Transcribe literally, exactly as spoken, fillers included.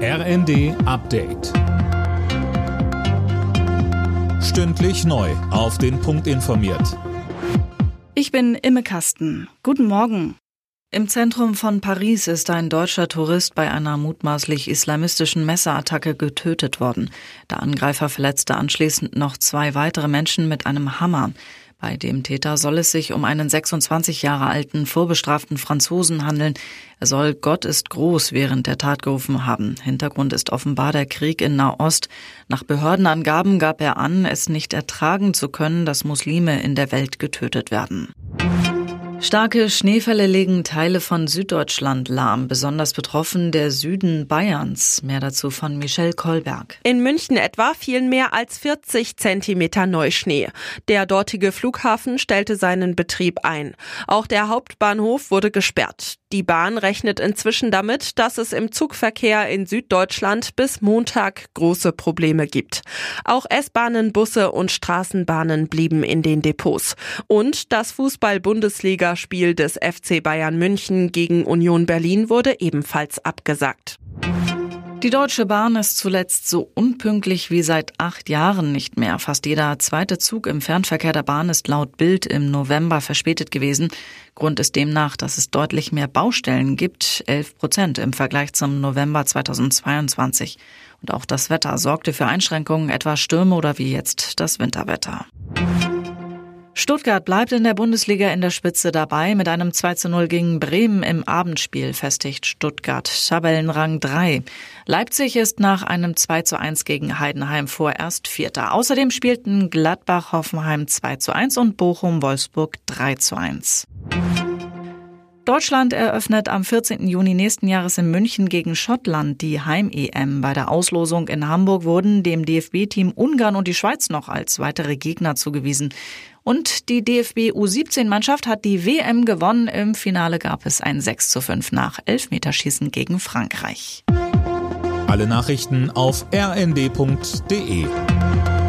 R N D Update. Stündlich neu auf den Punkt informiert. Ich bin Imme Kasten. Guten Morgen. Im Zentrum von Paris ist ein deutscher Tourist bei einer mutmaßlich islamistischen Messerattacke getötet worden. Der Angreifer verletzte anschließend noch zwei weitere Menschen mit einem Hammer. Bei dem Täter soll es sich um einen sechsundzwanzig Jahre alten, vorbestraften Franzosen handeln. Er soll „Gott ist groß" während der Tat gerufen haben. Hintergrund ist offenbar der Krieg in Nahost. Nach Behördenangaben gab er an, es nicht ertragen zu können, dass Muslime in der Welt getötet werden. Starke Schneefälle legen Teile von Süddeutschland lahm, besonders betroffen der Süden Bayerns. Mehr dazu von Michelle Kolberg. In München etwa fielen mehr als vierzig Zentimeter Neuschnee. Der dortige Flughafen stellte seinen Betrieb ein. Auch der Hauptbahnhof wurde gesperrt. Die Bahn rechnet inzwischen damit, dass es im Zugverkehr in Süddeutschland bis Montag große Probleme gibt. Auch S-Bahnen, Busse und Straßenbahnen blieben in den Depots. Und das Fußball-Bundesliga-Spiel des F C Bayern München gegen Union Berlin wurde ebenfalls abgesagt. Die Deutsche Bahn ist zuletzt so unpünktlich wie seit acht Jahren nicht mehr. Fast jeder zweite Zug im Fernverkehr der Bahn ist laut Bild im November verspätet gewesen. Grund ist demnach, dass es deutlich mehr Baustellen gibt, elf Prozent im Vergleich zum November zweitausendzweiundzwanzig. Und auch das Wetter sorgte für Einschränkungen, etwa Stürme oder wie jetzt das Winterwetter. Stuttgart bleibt in der Bundesliga in der Spitze dabei. Mit einem zwei zu null gegen Bremen im Abendspiel festigt Stuttgart Tabellenrang drei. Leipzig ist nach einem zwei zu eins gegen Heidenheim vorerst Vierter. Außerdem spielten Gladbach-Hoffenheim zwei zu eins und Bochum-Wolfsburg drei zu eins. Deutschland eröffnet am vierzehnten Juni nächsten Jahres in München gegen Schottland die Heim-E M. Bei der Auslosung in Hamburg wurden dem D F B-Team Ungarn und die Schweiz noch als weitere Gegner zugewiesen. Und die D F B U siebzehn-Mannschaft hat die W M gewonnen. Im Finale gab es ein sechs zu fünf nach Elfmeterschießen gegen Frankreich. Alle Nachrichten auf r n d punkt d e.